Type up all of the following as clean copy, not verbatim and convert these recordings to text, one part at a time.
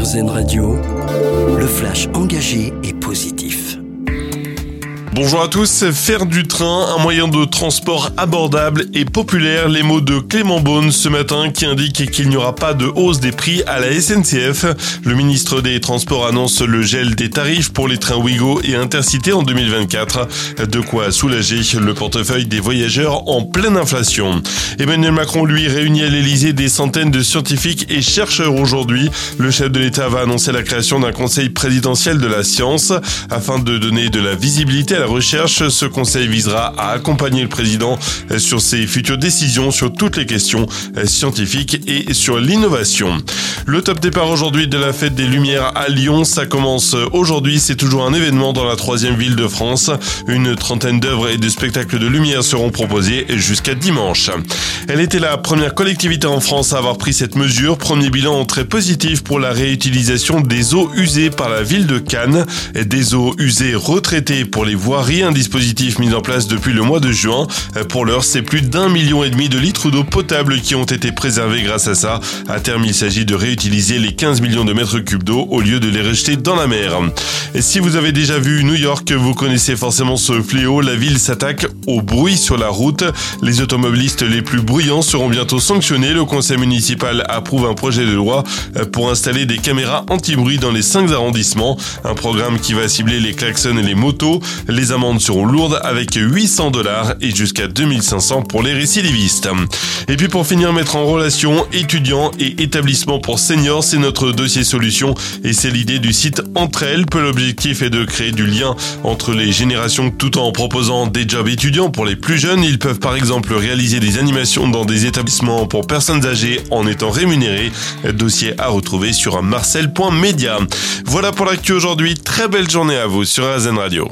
RZN Radio, le flash engagé et positif. Bonjour à tous, faire du train un moyen de transport abordable et populaire, les mots de Clément Beaune ce matin qui indique qu'il n'y aura pas de hausse des prix à la SNCF. Le ministre des Transports annonce le gel des tarifs pour les trains Ouigo et Intercité en 2024. De quoi soulager le portefeuille des voyageurs en pleine inflation. Emmanuel Macron, lui, réunit à l'Elysée des centaines de scientifiques et chercheurs aujourd'hui. Le chef de l'État va annoncer la création d'un conseil présidentiel de la science afin de donner de la visibilité à la recherche. Ce conseil visera à accompagner le président sur ses futures décisions sur toutes les questions scientifiques et sur l'innovation. Le top départ aujourd'hui de la fête des Lumières à Lyon, ça commence aujourd'hui, c'est toujours un événement dans la 3e ville de France. Une trentaine d'œuvres et de spectacles de lumière seront proposés jusqu'à dimanche. Elle était la première collectivité en France à avoir pris cette mesure. Premier bilan très positif pour la réutilisation des eaux usées par la ville de Cannes. Des eaux usées retraitées pour les voiries, un dispositif mis en place depuis le mois de juin. Pour l'heure, c'est plus d'1,5 million de litres d'eau potable qui ont été préservés grâce à ça. À terme, il s'agit de réutiliser les 15 millions de mètres cubes d'eau au lieu de les rejeter dans la mer. Et si vous avez déjà vu New York, vous connaissez forcément ce fléau. La ville s'attaque au bruit sur la route. Les automobilistes les plus bruyants seront bientôt sanctionnés. Le conseil municipal approuve un projet de loi pour installer des caméras anti-bruit dans les 5 arrondissements. Un programme qui va cibler les klaxons et les motos. Les amendes seront lourdes avec $800 et jusqu'à 2500 pour les récidivistes. Et puis pour finir, mettre en relation étudiants et établissements pour seniors, c'est notre dossier solution et c'est l'idée du site Entre elles. L'objectif est de créer du lien entre les générations tout en proposant des jobs étudiants pour les plus jeunes. Ils peuvent par exemple réaliser des animations dans des établissements pour personnes âgées en étant rémunérés. Dossier à retrouver sur marcel.media. Voilà pour l'actu aujourd'hui. Très belle journée à vous sur RZN Radio.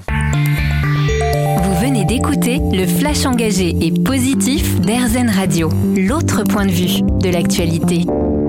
Vous venez d'écouter le flash engagé et positif d'RZN Radio, l'autre point de vue de l'actualité.